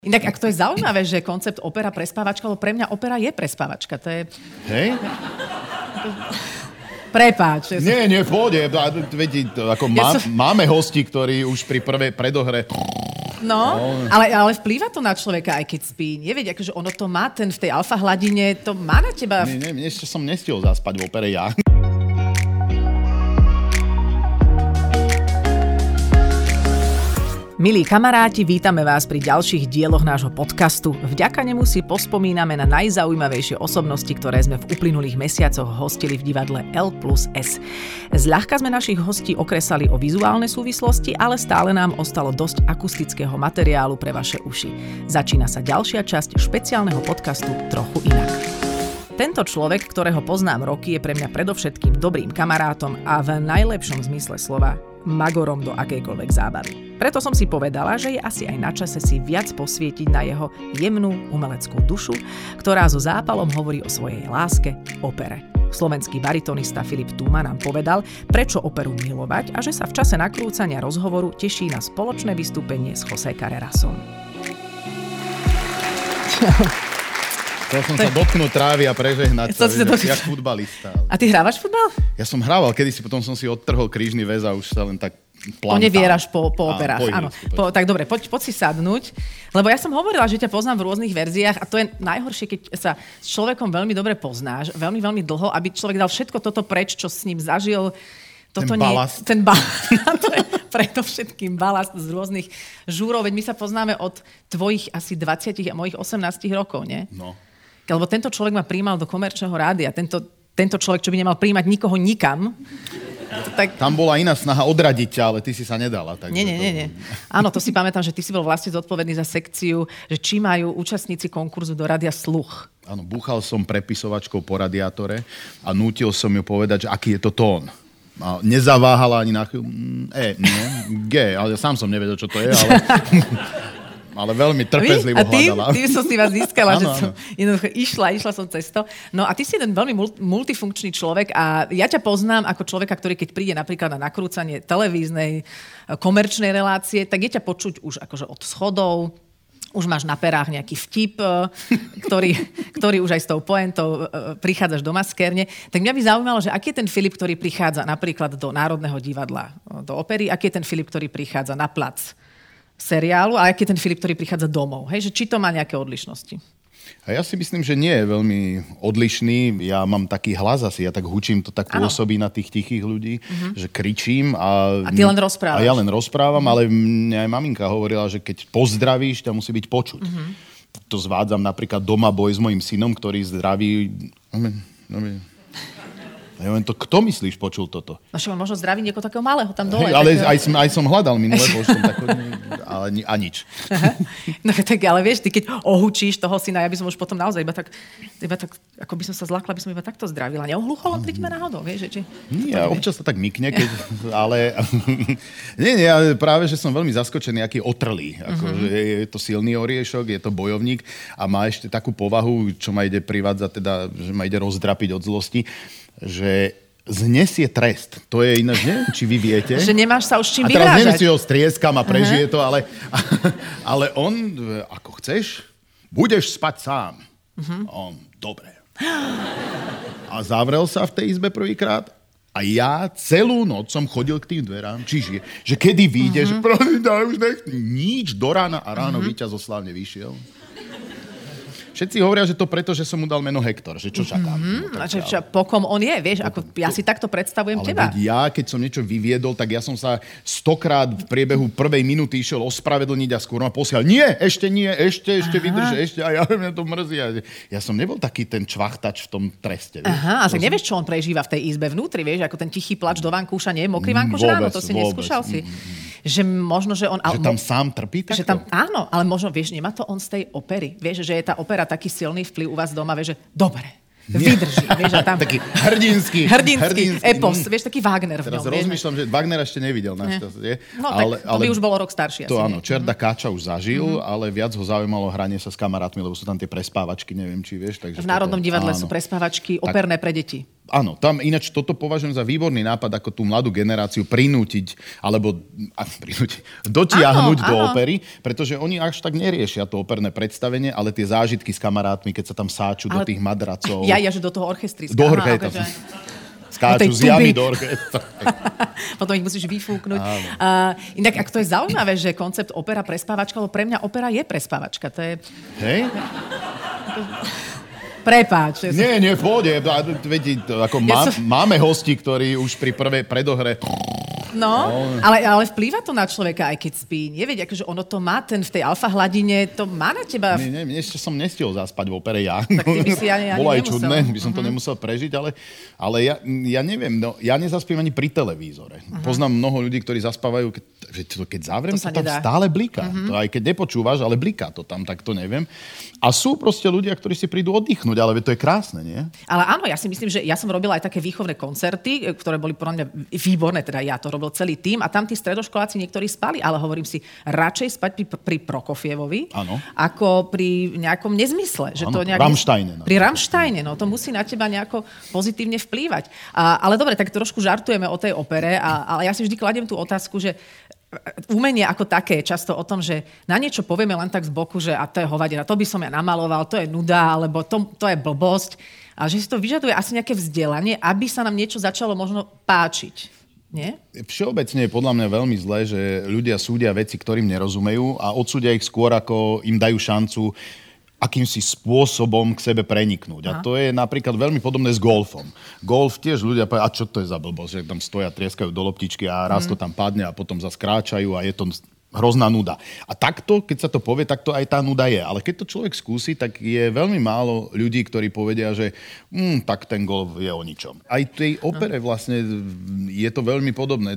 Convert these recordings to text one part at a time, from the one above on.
Inak, ak to je zaujímavé, že koncept opera prespávačka, lebo pre mňa opera je prespávačka. To je... Hej? Prepáč. Nie, pôjde. Máme hosti, ktorí už pri prvej predohre... No, ale vplýva to na človeka, aj keď spí. Nevieď, akože ono to má, v tej alfa hladine, to má na teba... Nie, ešte som nestihol zaspať v opere ja. Milí kamaráti, vítame vás pri ďalších dieloch nášho podcastu. Vďaka nemu si pospomíname na najzaujímavejšie osobnosti, ktoré sme v uplynulých mesiacoch hostili v divadle L+S. Zľahka sme našich hostí okresali o vizuálne súvislosti, ale stále nám ostalo dosť akustického materiálu pre vaše uši. Začína sa ďalšia časť špeciálneho podcastu Trochu inak. Tento človek, ktorého poznám roky, je pre mňa predovšetkým dobrým kamarátom a v najlepšom zmysle slova magorom do akejkoľvek zábavy. Preto som si povedala, že je asi aj na čase si viac posvietiť na jeho jemnú umeleckú dušu, ktorá so zápalom hovorí o svojej láske opere. Slovenský baritonista Filip Tuma nám povedal, prečo operu milovať a že sa v čase nakrúcania rozhovoru teší na spoločné vystúpenie s José Carrerasom. Chcel som sa dotknúť trávy a prežehnať sa, jak futbalista. A ty hrávaš futbal? Ja som hrával kedysi, potom som si odtrhol krížny väz a už sa len tak plantám. Ponevieraš po operách. Áno. Tak dobre, poď si sadnúť. Lebo ja som hovorila, že ťa poznám v rôznych verziách a to je najhoršie, keď sa s človekom veľmi dobre poznáš, veľmi, veľmi dlho, aby človek dal všetko toto preč, čo s ním zažil. Ten balast. To je predovšetkým balast z rôznych žúrov. Veď my sa poznáme od tvojich asi 20 a mojich 18 rokov, nie? No. Lebo tento človek ma prijímal do komerčného rádia. Tento človek, čo by nemal prijímať nikoho nikam. Tak... Tam bola iná snaha odradiť ťa, ale ty si sa nedala. Nie. Áno, to si pamätám, že ty si bol vlastne zodpovedný za sekciu, že či majú účastníci konkurzu do rádia sluch. Áno, búchal som prepisovačkou po radiátore a nútil som ju povedať, že aký je to tón. A nezaváhala ani na chvíľu. G, ale sám som nevedel, čo to je, ale... Ale veľmi trpezlivo hľadala. A tým som si vás získala, že som jednoducho išla som cez to. No a ty si jeden veľmi multifunkčný človek a ja ťa poznám ako človeka, ktorý keď príde napríklad na nakrúcanie televíznej, komerčnej relácie, tak je ťa počuť už akože od schodov, už máš na perách nejaký vtip, ktorý už aj s tou pointou prichádzaš do maskérne. Tak mňa by zaujímalo, že aký je ten Filip, ktorý prichádza napríklad do Národného divadla, do opery, aký je ten Filip, ktorý prichádza na plac seriálu a aký je ten Filip, ktorý prichádza domov. Hej, že či to má nejaké odlišnosti? A ja si myslím, že nie je veľmi odlišný. Ja mám taký hlas asi, ja tak hučím, to tak pôsobí na tých tichých ľudí, že kričím. A ty len rozprávaš. A ja len rozprávam, ale mňa aj maminka hovorila, že keď pozdravíš, ťa musí byť počuť. To zvádzam napríklad doma boj s mojím synom, ktorý zdraví... Ja len to, kto myslíš, počul toto? No však on možno zdraví niekoho takého malého tam dole. Ale aj som hľadal minule, ale nič. No tak, ale vieš, ty keď ohučíš toho syna, ja by som už potom naozaj iba tak ako by som sa zlákla, by som iba takto zdravila. Neohluchol on pri tebe náhodou, vieš? Nie, občas to tak mykne, ale... nie, ja práve, že som veľmi zaskočený, aký otrlý. Je to silný oriešok, je to bojovník a má ešte takú povahu, čo ma ide privádzať, teda, že ma ide rozdrapiť od zlosti, že znesie trest. To je ináč, neviem, či vy viete. Že nemáš sa už čím vyhrážať. A teraz neviem, si ho strieskam a prežije to, ale on, ako chceš, budeš spať sám. On, dobre. A zavrel sa v tej izbe prvýkrát a ja celú noc som chodil k tým dverám. Čiže, že kedy vyjdeš, už nič do rána a ráno víťazoslávne vyšiel. Všetci hovoria, že to preto, že som mu dal meno Hektor, že čo čakám. Po kom on je, vieš, ako ja si takto predstavujem teba. Ale ja, keď som niečo vyviedol, tak ja som sa 100-krát v priebehu prvej minúty išiel ospravedlniť a skôr ma posial. Nie, ešte vydrž, ešte. A ja mňa to mrzí. Ja som nebol taký ten čvachtač v tom treste. A tak nevieš, čo on prežíva v tej izbe vnútri, vieš, ako ten tichý plač do vankúša, nie? Mokrý vankúš ráno, to si neskúšal si. Že možno, že on... Že tam sám trpí takto? Áno, ale možno, vieš, nemá to on z tej opery. Vieš, že je tá opera taký silný vplyv u vás doma, vieš, že dobre, vydrží. Vieš, a tam... Taký hrdinský epos, vieš, taký Wagner v ňom. Teraz rozmýšľam, že Wagner ešte nevidel. No tak to by už bolo rok starší. To áno, Čerda Káča už zažil, ale viac ho zaujímalo hranie sa s kamarátmi, lebo sú tam tie prespávačky, neviem, či vieš. V Národnom divadle sú prespávačky operné pre deti. áno, tam ináč toto považujem za výborný nápad, ako tú mladú generáciu prinútiť, alebo dotiahnuť do opery, pretože oni až tak neriešia to operné predstavenie, ale tie zážitky s kamarátmi, keď sa tam sáču do tých madracov. Ja, že do toho orchestriska. Do orchestra. Skáču z jamy do orchestra. Potom ich musíš vyfúknuť. Inak, ak to je zaujímavé, že koncept opera prespávačka, lebo pre mňa opera je prespávačka. To je... Hej? Prepáč. Nie, pôjde. Máme hosti, ktorí už pri prvej predohre... No, ale vplýva to na človeka, aj keď spí. Nevieť, akože ono to má v tej alfa hladine, to má na teba... Ešte som nestihol zaspať v opere ja. Tak ty by si ani bolo aj nemusel. Čudné, by som to nemusel prežiť, ale ja neviem, ja nezaspím ani pri televízore. Poznám mnoho ľudí, ktorí zaspávajú, keď zavriem, to tam stále bliká. To aj keď nepočúvaš, ale bliká to tam, tak to neviem. A sú proste ľudia, ktorí si prídu oddychnúť, ale to je krásne, nie? Ale áno, ja si myslím, že ja som robila aj také výchovné koncerty, ktoré boli podľa mňa výborné, teda ja to robil celý tým a tam tí stredoškoláci niektorí spali, ale hovorím si, radšej spať pri Prokofievovi, ako pri nejakom nezmysle. Že to Rammsteine. Pri Rammsteine, to musí na teba nejako pozitívne vplývať. Ale dobre, tak trošku žartujeme o tej opere, ale ja si vždy kladiem tú otázku, že umenie ako také je často o tom, že na niečo povieme len tak z boku, že a to je hovadina, to by som ja namaloval, to je nuda, alebo to je blbosť. A že si to vyžaduje asi nejaké vzdelanie, aby sa nám niečo začalo možno páčiť. Nie? Všeobecne je podľa mňa veľmi zlé, že ľudia súdia veci, ktorým nerozumejú a odsúdia ich skôr, ako im dajú šancu akýmsi spôsobom k sebe preniknúť. A to je napríklad veľmi podobné s golfom. Golf tiež ľudia povedia, a čo to je za blbosť, že tam stoja, trieskajú do loptičky a raz to tam padne a potom zase kráčajú a je to hrozná nuda. A takto, keď sa to povie, tak to aj tá nuda je. Ale keď to človek skúsi, tak je veľmi málo ľudí, ktorí povedia, že tak ten golf je o ničom. Aj tej opere vlastne je to veľmi podobné.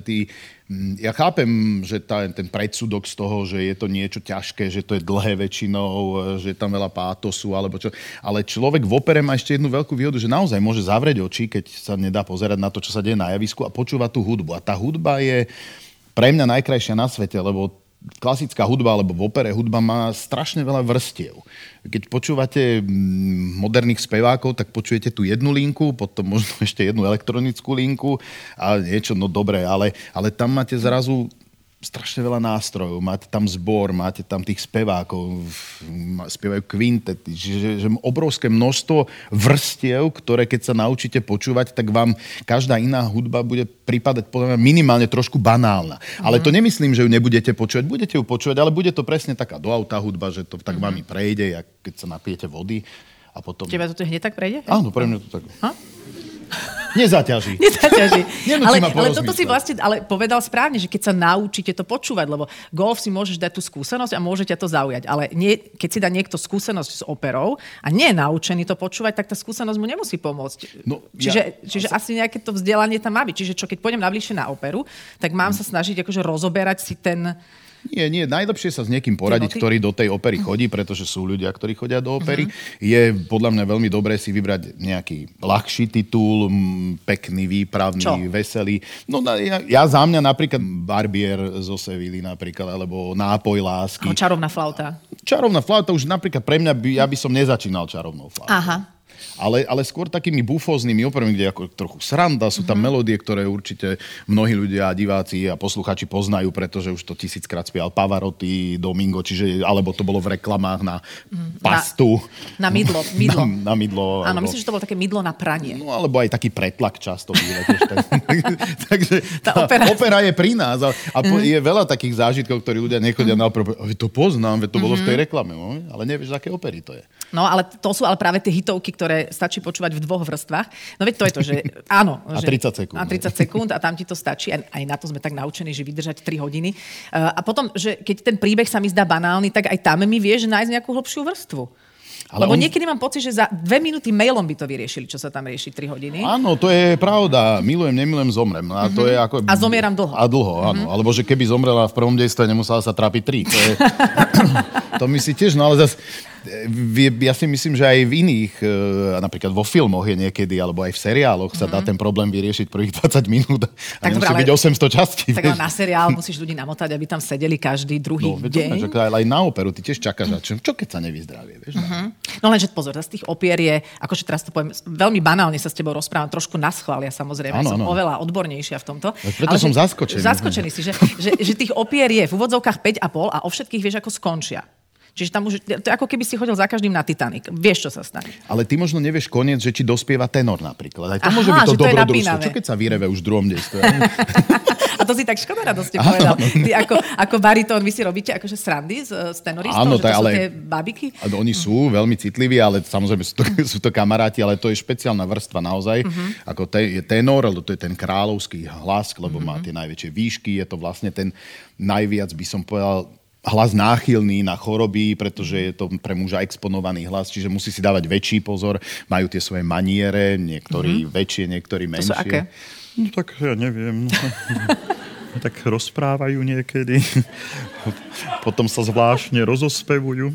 Ja chápem, že ten predsudok z toho, že je to niečo ťažké, že to je dlhé väčšinou, že je tam veľa pátosu, alebo čo. Ale človek v opere má ešte jednu veľkú výhodu, že naozaj môže zavrieť oči, keď sa nedá pozerať na to, čo sa deje na javisku a počúvať tú hudbu. A tá hudba je pre mňa najkrajšia na svete, lebo klasická hudba, alebo v opere hudba má strašne veľa vrstiev. Keď počúvate moderných spevákov, tak počujete tú jednu linku, potom možno ešte jednu elektronickú linku a niečo, dobré, ale tam máte zrazu strašne veľa nástrojov, máte tam zbor, máte tam tých spevákov, spievajú kvintety, že obrovské množstvo vrstiev, ktoré keď sa naučíte počúvať, tak vám každá iná hudba bude pripadať podľa mňa minimálne trošku banálna. Ale to nemyslím, že ju nebudete počúvať, budete ju počúvať, ale bude to presne taká do auta hudba, že to tak vami prejde, jak keď sa napijete vody a potom... Teba to hneď tak prejde? Áno, pre mňa to tak. Nezaťaží. Ale toto si vlastne povedal správne, že keď sa naučíte to počúvať, lebo golf si môžeš dať tú skúsenosť a môže ťa to zaujať. Ale keď si dá niekto skúsenosť s operou a nie je naučený to počúvať, tak tá skúsenosť mu nemusí pomôcť. Čiže asi nejaké to vzdelanie tam má byť. Čiže keď pôjdem nabližšie na operu, tak mám sa snažiť akože rozoberať si ten... Nie, najlepšie sa s niekým poradiť, ktorý do tej opery chodí, pretože sú ľudia, ktorí chodia do opery. Je podľa mňa veľmi dobré si vybrať nejaký ľahší titul, pekný, výpravný, veselý. Ja za mňa napríklad Barbier zo Sevilly napríklad, alebo Nápoj lásky. Čarovná flauta. Čarovná flauta už napríklad pre mňa, ja by som nezačínal čarovnou flautou. Aha. Ale skôr takými bufóznymi operami, kde ako trochu sranda, sú tam melódie, ktoré určite mnohí ľudia, diváci a posluchači poznajú, pretože už to 1000-krát spial Pavarotti, Domingo, alebo to bolo v reklamách na pastu. Na mydlo. Na mydlo. Áno, myslím, že to bolo také mydlo na pranie. No, alebo aj taký pretlak často. Takže tá opera je pri nás. A je veľa takých zážitkov, ktorí ľudia nechodia na operu. To poznám, to bolo v tej reklame. Ale nevieš, aké opery to je. No, ale to sú práve tie hitovky, ktoré stačí počúvať v 2 vrstvách. No veď to je to, že áno. A 30 sekúnd. A 30 sekúnd a tam ti to stačí. Aj na to sme tak naučení, že vydržať 3 hodiny. A potom, že keď ten príbeh sa mi zdá banálny, tak aj tam mi vieš nájsť nejakú hlbšiu vrstvu. Lebo niekedy mám pocit, že za 2 minúty mailom by to vyriešili, čo sa tam rieši 3 hodiny. Áno, to je pravda. Milujem, nemilujem, zomrem. A to je ako... A zomieram dlho. A dlho, áno. Alebo že keby zomrela v prvom dejstve, nemusela sa trápiť 3. To my si tiež, ale zase Ja si myslím, že aj v iných, napríklad vo filmoch je niekedy, alebo aj v seriáloch sa dá ten problém vyriešiť prvých 20 minút. A nemusí byť 800 častí. Tak na seriál musíš ľudí namotať, aby tam sedeli každý druhý deň. Aj na operu, ty tiež čakáš, čo keď sa nevyzdravie, vieš? No lenže pozor, z tých opier je, akože teraz to poviem, veľmi banálne sa s tebou rozprávam, trošku naschvália samozrejme, som oveľa odbornejšia v tomto. Preto som zaskočený. Zaskočený si, že tých opier je v úvodzovkách 5,5 a o všetkých vieš, ako skončia. Čiže tam už, to je ako keby si chodil za každým na Titanic. Vieš, čo sa stane. Ale ty možno nevieš koniec, že či dospieva tenor napríklad. Aj to môže byť to dobrodružstvo. Čo keď sa vyreve už v druhom dejstve? A to si tak škoda radosne povedal. Ty ako baritón, vy si robíte akože srandy s tenoristom? Áno, že to sú tie babiky? Oni sú veľmi citliví, ale samozrejme sú to kamaráti, ale to je špeciálna vrstva naozaj. Ako je tenor, ale to je ten kráľovský hlas, lebo má tie najväčšie výšky. Je to vlastne ten najviac, by som povedal, hlas náchylný na choroby, pretože je to pre muža exponovaný hlas, čiže musí si dávať väčší pozor. Majú tie svoje maniere, niektorí väčšie, niektorí menšie. To sú aké? No tak ja neviem. Tak rozprávajú niekedy. Potom sa zvláštne rozospevujú.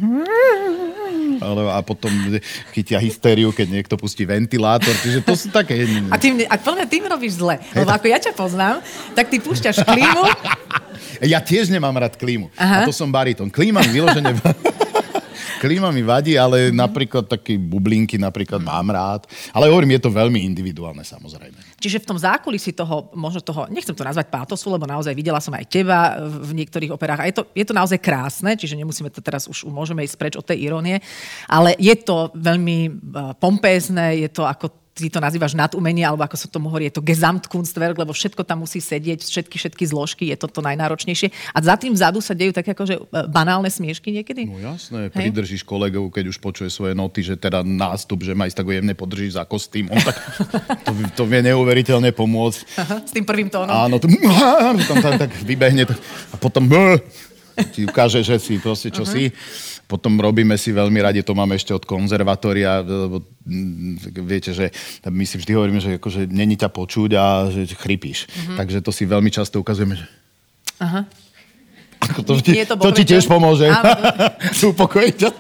A potom chytia hystériu, keď niekto pustí ventilátor. Čiže to sú také... A podľa mňa tým robíš zle. Lebo ako ja ťa poznám, tak ty púšťaš klímu. Ja tiež nemám rád klímu. Aha. A to som baritón. Klíma mi vyložené... Klíma mi vadí, ale napríklad také bublinky napríklad mám rád. Ale hovorím, je to veľmi individuálne samozrejme. Čiže v tom zákulisí toho, možno toho, nechcem to nazvať pátosu, lebo naozaj videla som aj teba v niektorých operách. A je to naozaj krásne, čiže nemusíme to teraz už môžeme ísť preč od tej irónie. Ale je to veľmi pompézne, je to ako ty to nazývaš nadumenie, alebo ako sa tomu hovorí, je to Gesamtkunstwerk, lebo všetko tam musí sedieť, všetky zložky, je to najnáročnejšie. A za tým vzadu sa dejú také akože banálne smiešky niekedy? No jasné, pridržíš kolegov, keď už počuje svoje noty, že teda nástup, že ma ísť tak jemne podržíš za kostým. On tak, to vie neuveriteľne pomôcť. Aha, s tým prvým tónom. Áno, tam tak vybehne a potom ti ukáže, že si proste čo si. Potom robíme si veľmi radi, to máme ešte od konzervatória, lebo viete, že my si vždy hovoríme, že akože není ťa počuť a že chrypíš. Takže to si veľmi často ukazujeme, že... Aha. To ti tiež pomôže. Upokojiť ťa.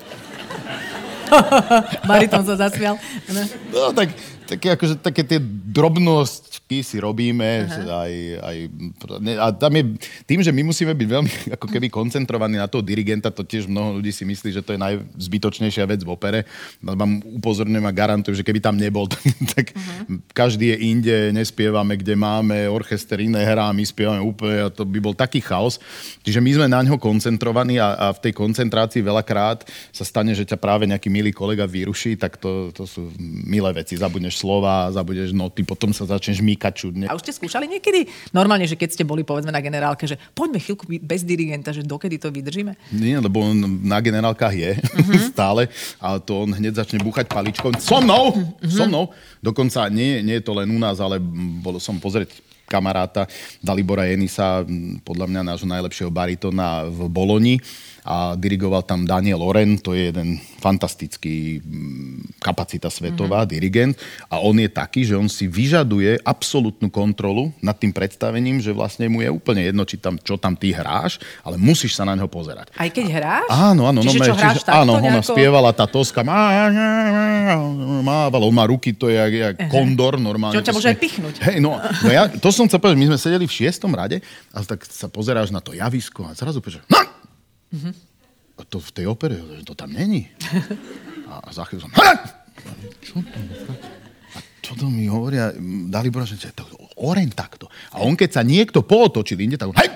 Baritón sa zasmial. No tak akože také tie drobnosti si robíme a tam je tým, že my musíme byť veľmi ako keby koncentrovaní na toho dirigenta, to tiež mnoho ľudí si myslí, že to je najzbytočnejšia vec v opere. Vám upozorňujem a garantujem, že keby tam nebol, tak každý je inde, nespievame, kde máme, orchester iné hrá, my spievame úplne a to by bol taký chaos. Čiže my sme na ňo koncentrovaní a v tej koncentrácii veľakrát sa stane, že ťa práve nejaký milý kolega vyruší, tak to sú milé veci. Zabudneš slova, zabudeš noty, potom sa začneš mýkať čudne. A už ste skúšali niekedy? Normálne, že keď ste boli povedzme na generálke, že poďme chvíľku bez dirigenta, že dokedy to vydržíme? Nie, lebo on na generálkach je stále a to on hneď začne búchať paličkou. So mnou! Dokonca nie je to len u nás, ale bol som pozrieť kamaráta Dalibora Jenisa, podľa mňa nášho najlepšieho baritona v Boloni a dirigoval tam Daniel Oren, to je jeden fantastický kapacita svetová, dirigent a on je taký, že on si vyžaduje absolútnu kontrolu nad tým predstavením, že vlastne mu je úplne jedno, čo tam ty hráš, ale musíš sa na neho pozerať. Aj keď hráš? Áno. Čiže čo hráš takto áno, ona nejako? spievala, tá Toska mávala, on má ruky, to je jak kondor normálne. Čo ťa môže aj pichnúť. Hej, no ja, to som chcel povedať, my sme sedeli v 6. rade a tak sa pozeráš na to javisko a zrazu povieš, a to v tej opere, to tam není. A za chvíľu som, čo to? A toto mi hovoria, Dalibor, že to Oren takto. A on keď sa niekto pootočil inde, tak on, hej!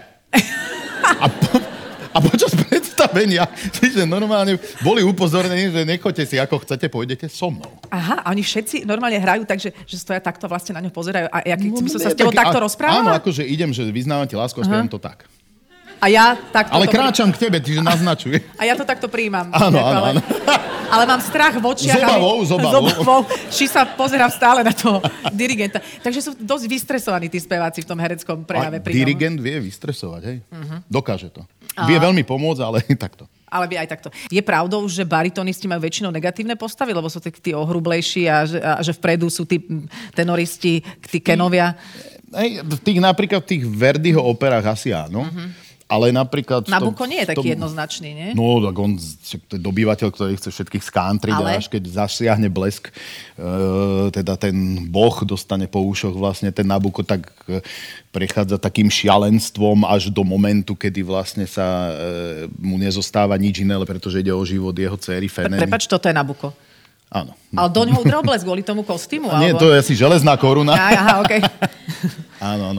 A počas predstavenia, že normálne boli upozornení, že nechoďte si ako chcete, pôjdete so mnou. Aha, a oni všetci normálne hrajú tak, že stoja takto vlastne na ňo pozerajú. A ja by som sa s tebou takto rozprávala? Áno, akože idem, že vyznávam ti lásku a spievam to tak. A ja takto... Ale kráčam k tebe, čiže naznačuj. A ja to takto prijímam. Áno. Ale mám strach v očiach. Z obavou. Či sa pozerám stále na toho dirigenta. Takže sú dosť vystresovaní tí speváci v tom hereckom prejave. Dirigent vie vystresovať, hej? Dokáže to. Vie veľmi pomôcť, ale takto. Ale vie aj takto. Je pravdou, že baritonisti majú väčšinou negatívne postavy, lebo sú tí ohrublejší a že vpredu sú tí tenoristi, tí kenovia? Napríklad v tých Verdiho operách asi áno. Ale napríklad... Nabucco nie je taký jednoznačný, nie? No, tak on to je dobývateľ, ktorý chce všetkých skántriť, ale až keď zasiahne blesk, teda ten boh dostane po ušoch vlastne ten Nabucco, tak prechádza takým šialenstvom až do momentu, kedy vlastne sa mu nezostáva nič iné, pretože ide o život jeho dcery Feneny. Prepáč, toto je Nabucco. Áno. Ale do ňoho udrel blesk kvôli tomu kostýmu? Nie, to je asi železná koruna. Aha, okej. Áno.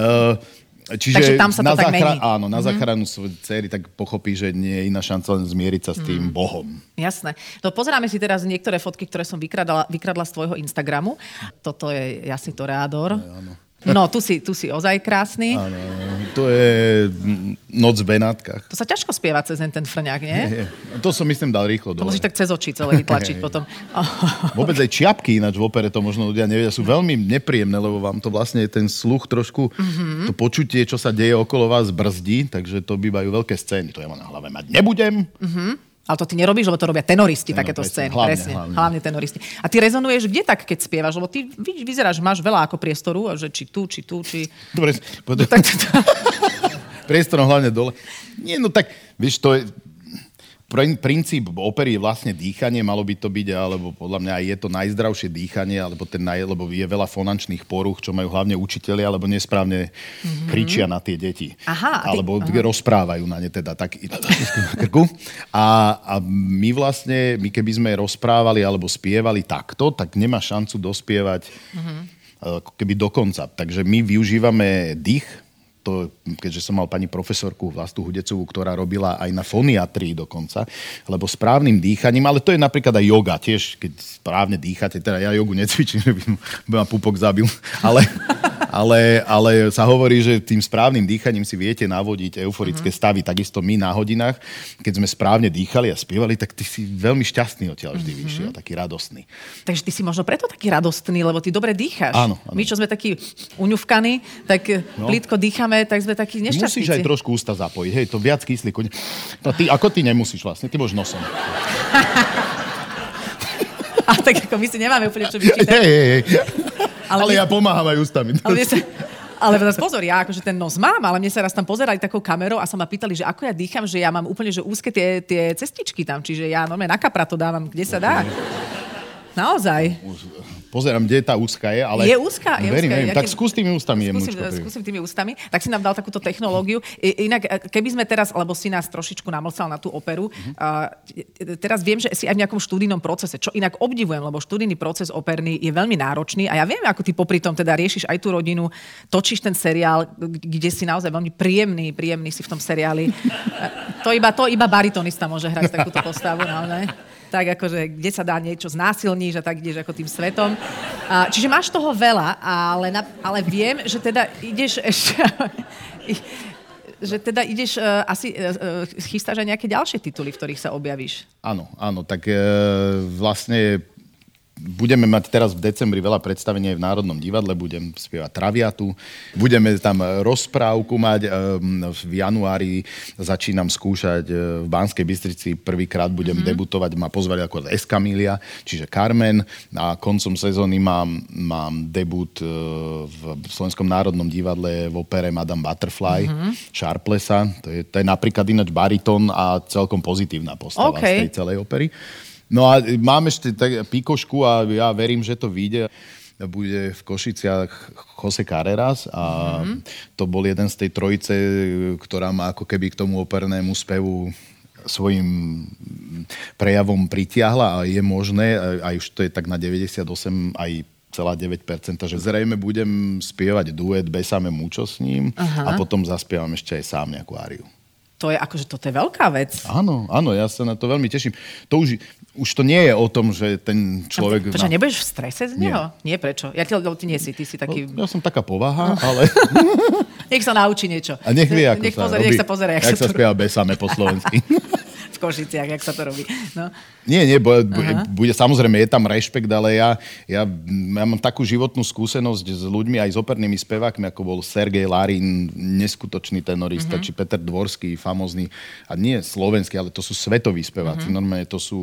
Takže tam sa to tak mení. Áno, na záchranu svojej dcery tak pochopí, že nie je iná šanca len zmieriť sa s tým Bohom. Jasné. No pozeráme si teraz niektoré fotky, ktoré som vykradla z tvojho Instagramu. Toto je Jasný toreador. Áno. No, tu si ozaj krásny. Áno, to je Noc v Benátkach. To sa ťažko spieva cez ten frňák, nie? Nie. To som, myslím, dal rýchlo dole. To musíš tak cez oči celé vytlačiť potom. Vôbec aj čiapky ináč v opere, to možno ľudia nevedia, sú veľmi nepríjemné, lebo vám to vlastne ten sluch trošku, to počutie, čo sa deje okolo vás, brzdí, takže to bývajú veľké scény. To ja na hlave mať nebudem. Ale to ty nerobíš, lebo to robia tenoristi, takéto scény. Hlavne tenoristi. A ty rezonuješ kde tak, keď spievaš? Lebo ty vyzeráš, máš veľa ako priestoru, že či tu. Dobre, priestorom hlavne dole. Nie, no tak, vieš, to je... Princíp opery je vlastne dýchanie, malo by to byť, alebo podľa mňa aj je to najzdravšie dýchanie, alebo lebo je veľa fonančných poruch, čo majú hlavne učitelia, alebo nesprávne kričia na tie deti. Alebo rozprávajú na ne teda tak na krku. A my keby sme rozprávali alebo spievali takto, tak nemá šancu dospievať keby do konca. Takže my využívame dých. Keďže som mal pani profesorku Vlastu Hudecovú, ktorá robila aj na foniatrii dokonca, lebo správnym dýchaním, ale to je napríklad aj joga, tiež keď správne dýchate, teda ja jogu necvičím, že by ma pupok zabil, ale sa hovorí, že tým správnym dýchaním si viete navodiť euforické stavy, takisto my na hodinách, keď sme správne dýchali a spievali, tak ty si veľmi šťastný odtiaľ vždy vyšiel, taký radostný. Takže ty si možno preto taký radostný, lebo ty dobre dýcháš. Áno. My, čo sme takí uňufkaní, tak plítko dýchame, tak sme takí nešťastníci. Musíš aj trošku ústa zapojiť. Hej, to viac kyslíku. No ty nemusíš vlastne, ty môžeš nosom. A tak ako my si nemáme úplne čo vyčítať. Hej. Ale ja pomáham aj ústami. Ale pozor, ja akože ten nos mám, ale mne sa raz tam pozerali takou kamerou a sa ma pýtali, že ako ja dýcham, že ja mám úplne že úzke tie cestičky tam, čiže ja normálne na kapra to dávam, kde sa dá. Naozaj. Pozerám, kde tá úzka je, ale... Je úzka. Verím. Tak skús tými ústami. Skúsim tými ústami. Tak si nám dal takúto technológiu. Inak, keby sme teraz, lebo si nás trošičku namlcal na tú operu, teraz viem, že si aj v nejakom študijnom procese, čo inak obdivujem, lebo študijný proces operný je veľmi náročný a ja viem, ako ty popri tom teda riešiš aj tú rodinu, točíš ten seriál, kde si naozaj veľmi príjemný si v tom seriáli. To iba baritonista môže hrať takúto postavu, naozaj. Tak akože, kde sa dá niečo znásilníš a tak ideš ako tým svetom. Čiže máš toho veľa, ale viem, že teda ideš ešte... asi chystáš aj nejaké ďalšie tituly, v ktorých sa objavíš. Áno, tak vlastne budeme mať teraz v decembri veľa predstavení aj v Národnom divadle, budem spievať Traviatu, budeme tam rozprávku mať, v januári začínam skúšať v Banskej Bystrici, prvýkrát budem debutovať, ma pozvali ako Eskamília, čiže Carmen, a koncom sezóny mám debut v Slovenskom národnom divadle v opere Madame Butterfly, Sharplessa, to je napríklad ináč baritón a celkom pozitívna postava z tej celej opery. No a mám ešte pikošku a ja verím, že to vyjde. Bude v Košiciach Jose Carreras a to bol jeden z tej trojice, ktorá ma ako keby k tomu opernému spevu svojim prejavom pritiahla a je možné, aj už to je tak na 98,9%, že zrejme budem spievať duet Besame mucho s ním a potom zaspievam ešte aj sám nejakú áriu. To je akože, toto je veľká vec. Áno, ja sa na to veľmi teším. To už to nie je o tom, že ten človek... Prečo, nebudeš v strese z neho? Nie, prečo? Ty nie si, ty si taký... Ja som taká povaha, ale... Nech sa naučí niečo. A nech vie, ako nech sa pozrie, jak sa spieva Besame po slovensky. V Košiciach, jak sa to robí. No. Nie, bude, samozrejme, je tam rešpekt, ale ja mám takú životnú skúsenosť s ľuďmi, aj s opernými spevákmi, ako bol Sergej Larin, neskutočný tenorista, či Peter Dvorský, famózny, a nie slovenský, ale to sú svetoví speváci. Normálne to sú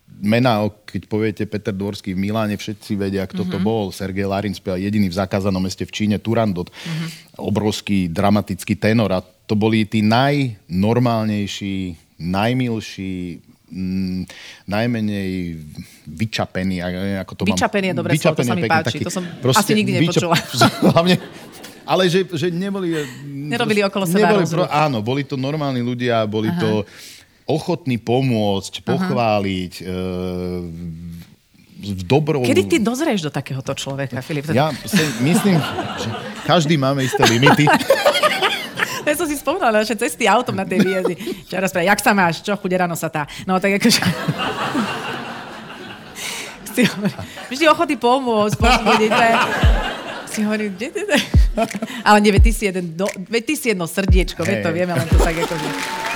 mená, keď poviete Peter Dvorský v Miláne, všetci vedia, kto to bol. Sergej Larin spieval jediný v zakázanom meste v Číne, Turandot. Obrovský dramatický tenor. A to boli tí najnormálnejší, najmilší, najmenej vyčapení. Ako to vyčapený je dobré slovo, to sa mi páči. To som asi nikdy nepočula. Hlavne, ale že neboli... Nerobili okolo seba rozruch. Áno, boli to normálni ľudia, boli to ochotní pomôcť, pochváliť, v dobrou... Kedy ty dozrieš do takéhoto človeka, Filip? Ja myslím, že každý máme isté limity. Ja som si spomínala naše cesty autom na tej výjezdy. Včera správa, jak sa máš? Čo, chude ráno sa tá? No tak akože... Vždy ochotný pomôcť, povzbudiť. Si hovorím, kde ty? Ale nie, ty si jedno srdiečko, to vieme, len to tak akože...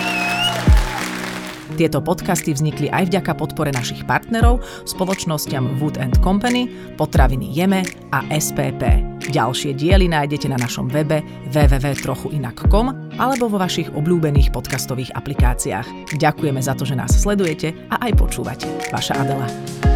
Tieto podcasty vznikli aj vďaka podpore našich partnerov, spoločnosťam Wood & Company, Potraviny Jeme a SPP. Ďalšie diely nájdete na našom webe www.trochuinak.com alebo vo vašich obľúbených podcastových aplikáciách. Ďakujeme za to, že nás sledujete a aj počúvate. Vaša Adela.